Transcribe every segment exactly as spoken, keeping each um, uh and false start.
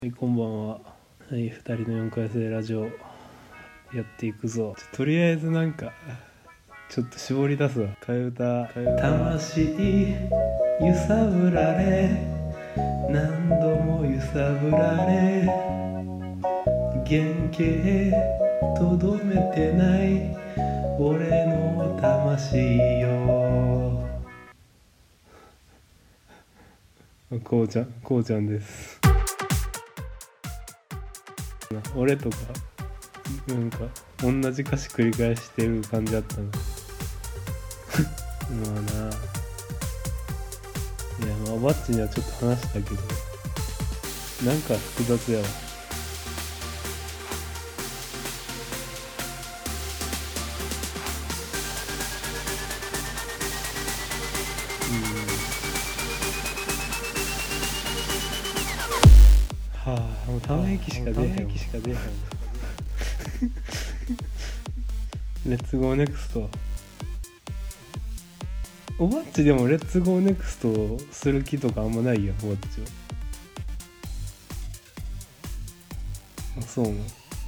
はい、こんばんは。はい、ふたりのよんかい生ラジオやっていくぞ。とりあえずなんかちょっと絞り出すわ。替え歌替え歌魂揺さぶられ何度も揺さぶられ原型とどめてない俺の魂よ。こうちゃんこうちゃんです。俺とかなんか同じ歌詞繰り返してる感じだったのまあないやまあバッチにはちょっと話したけどなんか複雑やわ。うんはあもうため息しか出へんため息しか出へんレッツゴーネクストおばっちでもレッツゴーネクストする気とかあんまないやんおばっちは。あそうなの。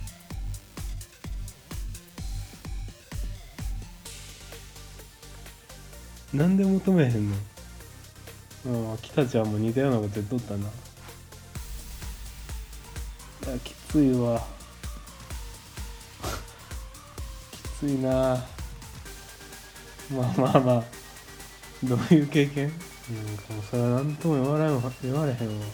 なんで求めへんの。ああ北ちゃんも似たようなこと言っとったな。いやきついわきついな。まあまあまあどういう経験。なんかもうそれは何とも言われんわ言われへんわ。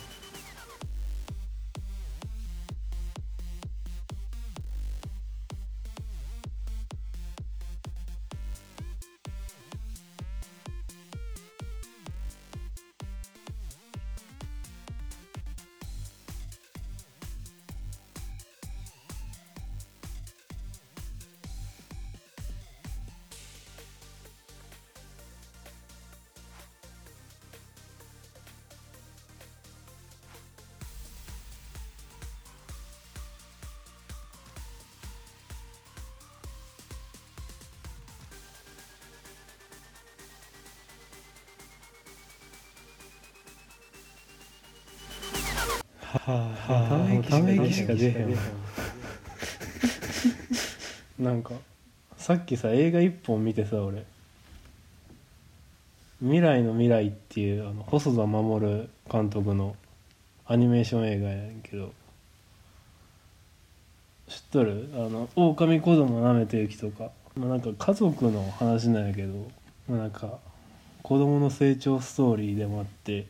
はあはあため息しか出へんわなんかさっきさ映画一本見てさ俺未来の未来っていうあの細田守監督のアニメーション映画やねんけど知っとる。あの狼子供なめてゆきとか、まあ、なんか家族の話なんやけど、まあ、なんか子供の成長ストーリーでもあって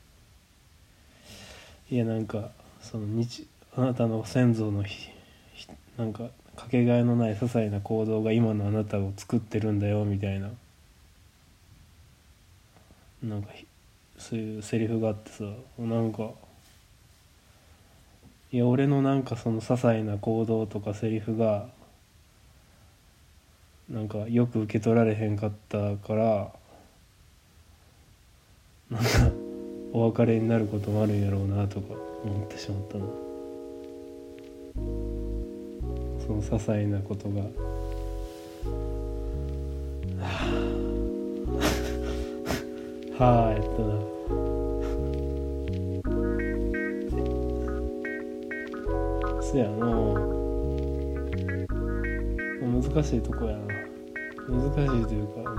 いやなんかその日あなたの先祖のひなんかかけがえのない些細な行動が今のあなたを作ってるんだよみたいななんかそういうセリフがあってさなんかいや俺のなんかその些細な行動とかセリフがなんかよく受け取られへんかったからなんかお別れになることもあるんやろうなとか思ってしまったな。その些細なことがはあえっとなそやの難しいとこやな。難しいというか、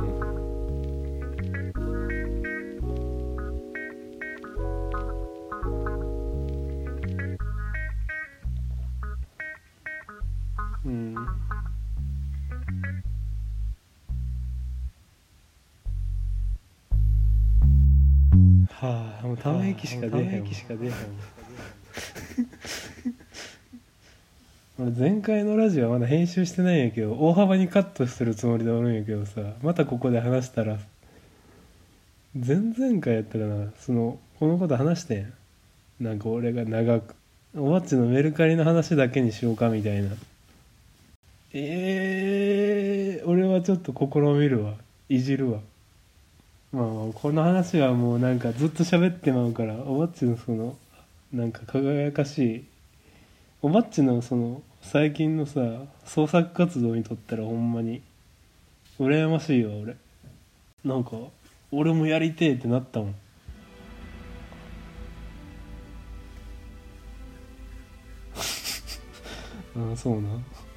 うん、うん、はあもうため息しか出へんわ。ため息しか出へんわ俺前回のラジオはまだ編集してないんやけど大幅にカットするつもりでおるんやけどさまたここで話したら前々回やったかなそのこのこと話してんなんか俺が長くおばっちのメルカリの話だけにしようかみたいな。えー、俺はちょっと試みるわいじるわ。まあこの話はもうなんかずっと喋ってまうからおばっちのそのなんか輝かしいおばっちのその最近のさ創作活動にとったらほんまに羨ましいわ俺。なんか俺もやりてえってなったもん。 ああそうな。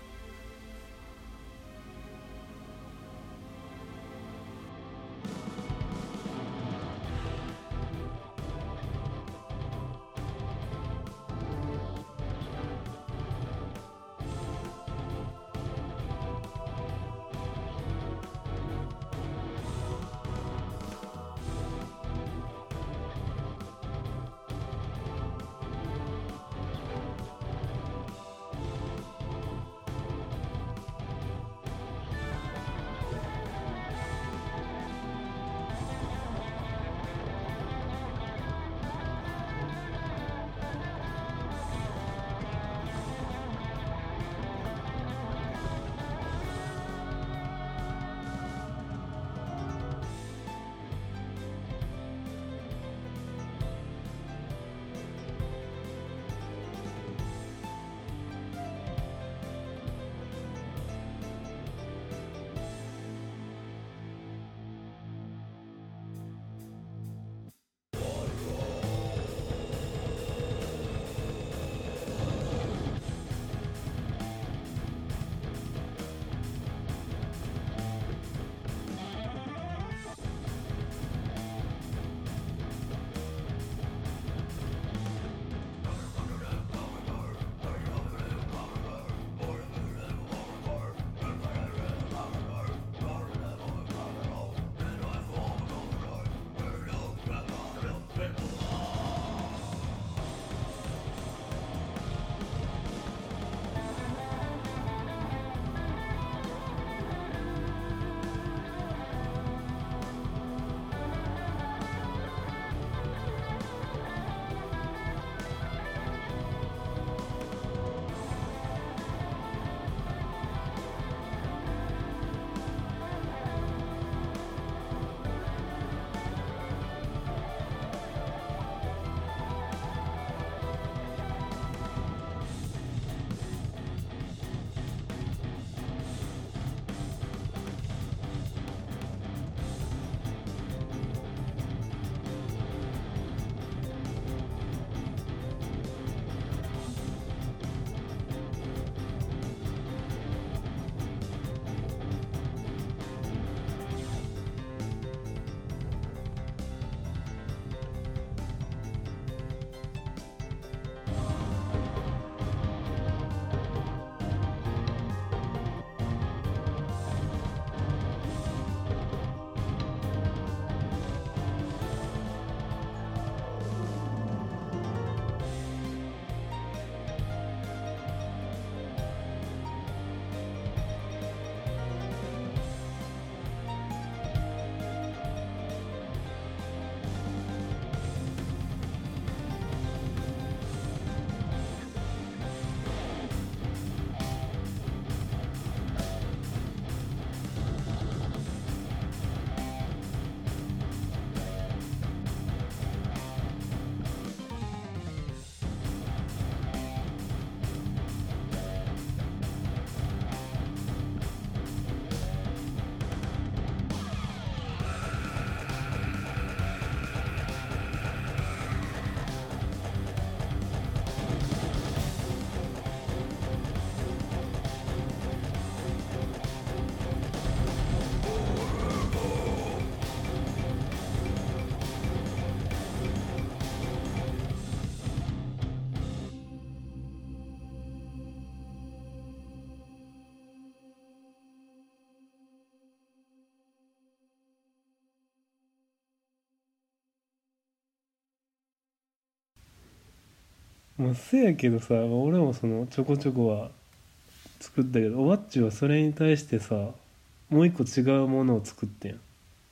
まあせやけどさ、俺もそのちょこちょこは作ったけど、おわっちはそれに対してさ、もう一個違うものを作ってん。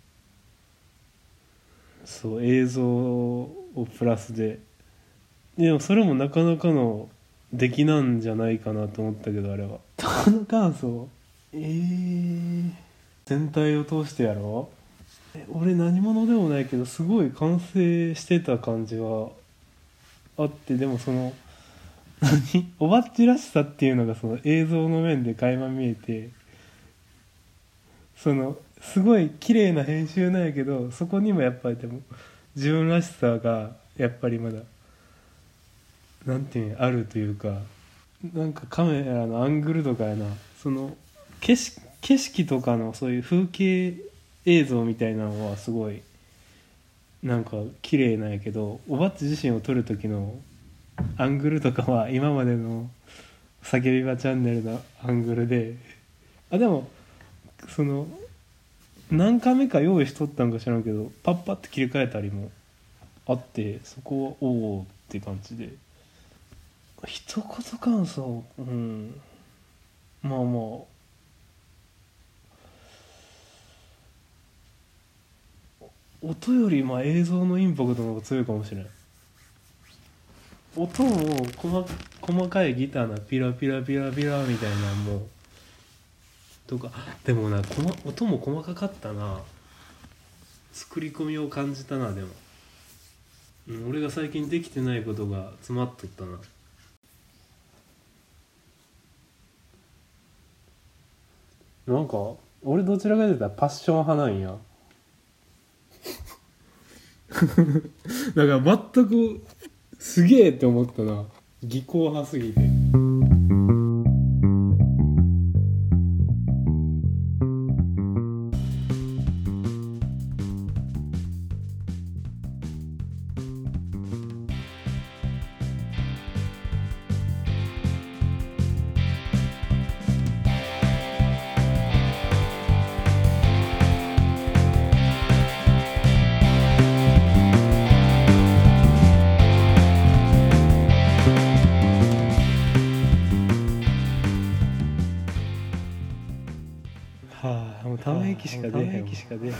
そう映像をプラスで。でもそれもなかなかの出来なんじゃないかなと思ったけど、あれはこの感想、えー、全体を通してやろ。え俺何者でもないけどすごい完成してた感じはあって、でもその何おばっちらしさっていうのがその映像の面で垣間見えて、そのすごい綺麗な編集なんやけど、そこにもやっぱりでも自分らしさがやっぱりまだなんていうのあるというか、 なんかカメラのアングルとかやな、その景色、景色とかのそういう風景映像みたいなのはすごいなんか綺麗なんやけど、おばっち自身を撮る時のアングルとかは今までの叫び場チャンネルのアングルで、あでもその何回目か用意しとったんか知らんけどパッパッて切り替えたりもあって、そこはおおって感じで。一言感想、うんまあまあ音よりまあ映像のインパクトの方が強いかもしれない。音も細細かいギターのピラピラピラピラみたいなのもとか、でもな音も細かかったな。作り込みを感じたな。でも、うん、俺が最近できてないことが詰まっとったな。なんか俺どちらかというとパッション派なんやだから全くすげえって思ったな、技巧派すぎて。はあ、もうため息しか出へん。ため息しか出へん。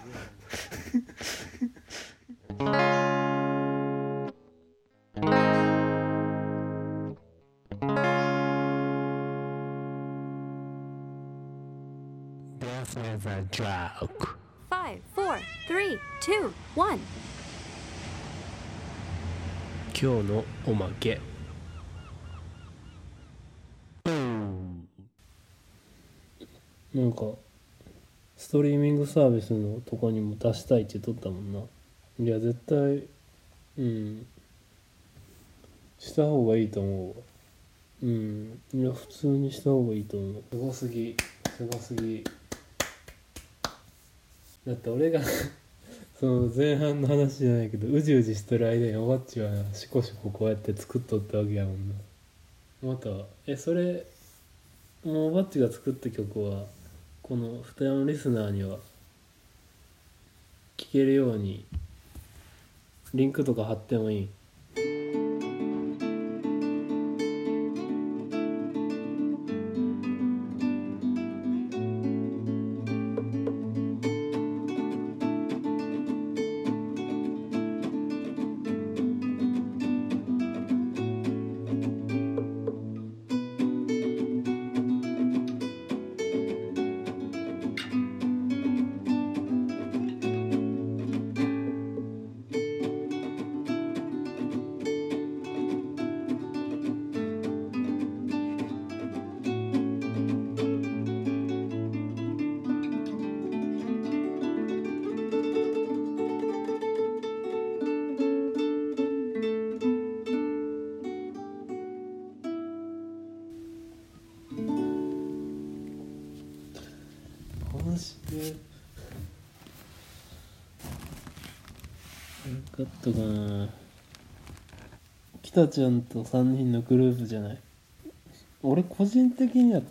Five, four, three, two, one. 今日のおまけ。なんかストリーミングサービスのとこにも出したいって言っとったもんな。いや絶対うんした方がいいと思うわ。うんいや普通にした方がいいと思う。すごすぎすごすぎ。だって俺がその前半の話じゃないけどうじうじしてる間におばっちはしこしここうやって作っとったわけやもんな。またえそれもうおばっちが作った曲はこのふたやのリスナーには聴けるようにリンクとか貼ってもいい？今週よかったかな。北ちゃんとさんにんのグループじゃない。俺個人的には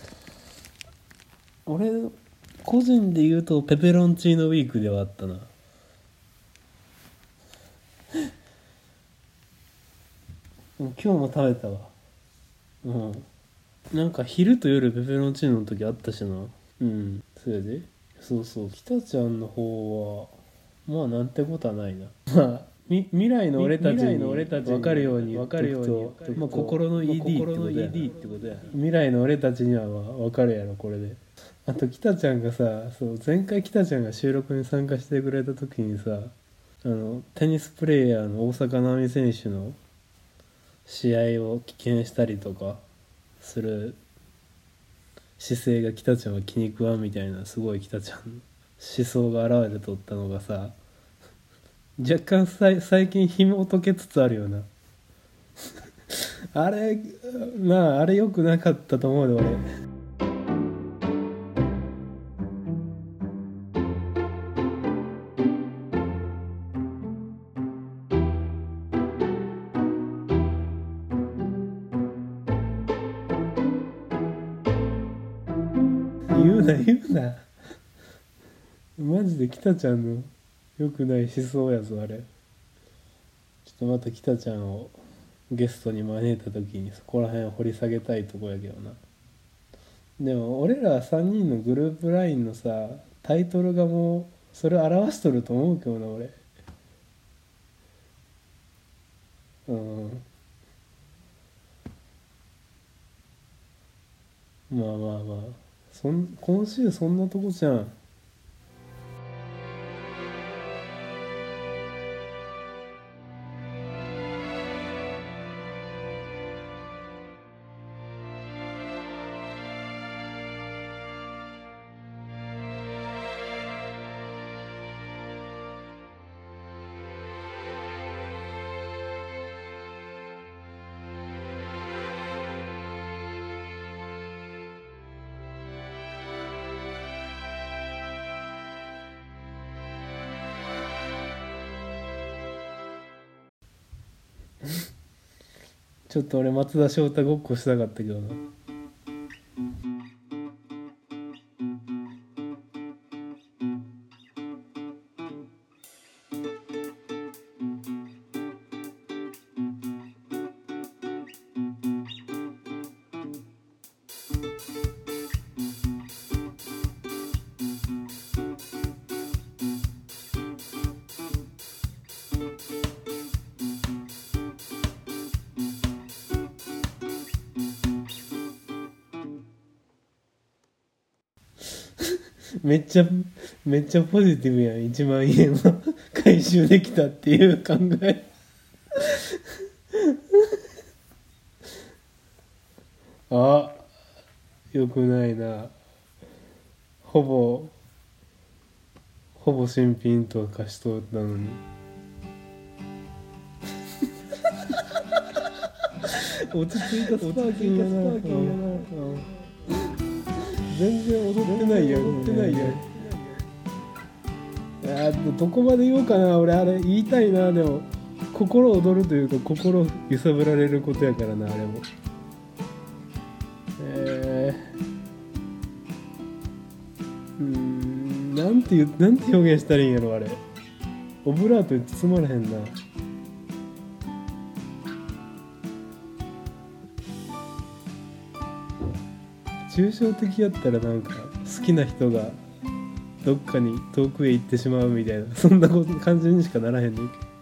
俺個人で言うとペペロンチーノウィークではあったな。今日も食べたわ。うんなんか昼と夜ペペロンチーノの時あったしな。うんそれでそうそう北ちゃんの方はまあなんてことはないな。まあみ未来の俺たちに分かるように分かるように、まあ、心の イーディー ってことや。未来の俺たちには分かるやろこれで。あと北ちゃんがさ、そう前回北ちゃんが収録に参加してくれた時にさ、あのテニスプレーヤーの大坂なおみ選手の試合を棄権したりとかする姿勢が北ちゃんは気に食わんみたいな、すごい北ちゃんの思想が現れとったのがさ、若干さい最近紐解けつつあるよなあれまああれ良くなかったと思うで俺。言うな言うな、マジで北ちゃんの良くない思想やぞあれ。ちょっとまた北ちゃんをゲストに招いた時にそこら辺掘り下げたいとこやけどな。でも俺らさんにんのグループラインのさタイトルがもうそれ表しとると思うけどな俺。うん、まあまあまあそん今週そんなとこじゃん。ちょっと俺松田翔太ごっこしたかったけどな。めっちゃめっちゃポジティブやん。いちまん円は回収できたっていう考え。あ、よくないな。ほぼほぼ新品と貸し取ったのに。落ち着いたスパーキングやな。うん、全然踊ってないやん。踊ってないやん。あどこまで言おうかな。俺あれ言いたいな。でも心躍るというか心揺さぶられることやからなあれも。えー、うーんなんて言うなんて表現したらいいんやろあれ。オブラートに包まれへんな。抽象的やったらなんか好きな人がどっかに遠くへ行ってしまうみたいなそんな感じにしかならへんねんけど。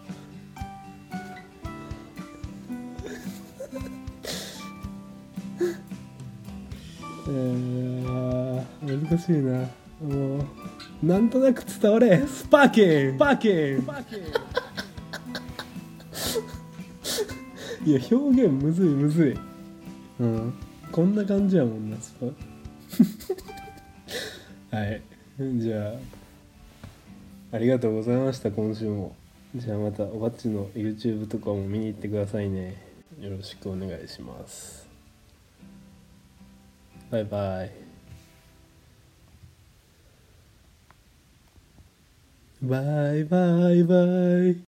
えー、難しいな。もうなんとなく伝われ。スパーキンスパーキンスパーキンいや表現むずいむずい。うんこんな感じやもんなスパはいじゃあありがとうございました。今週もじゃあまたおばっちの YouTube とかも見に行ってくださいね。よろしくお願いします。バイバイバイバイバイ。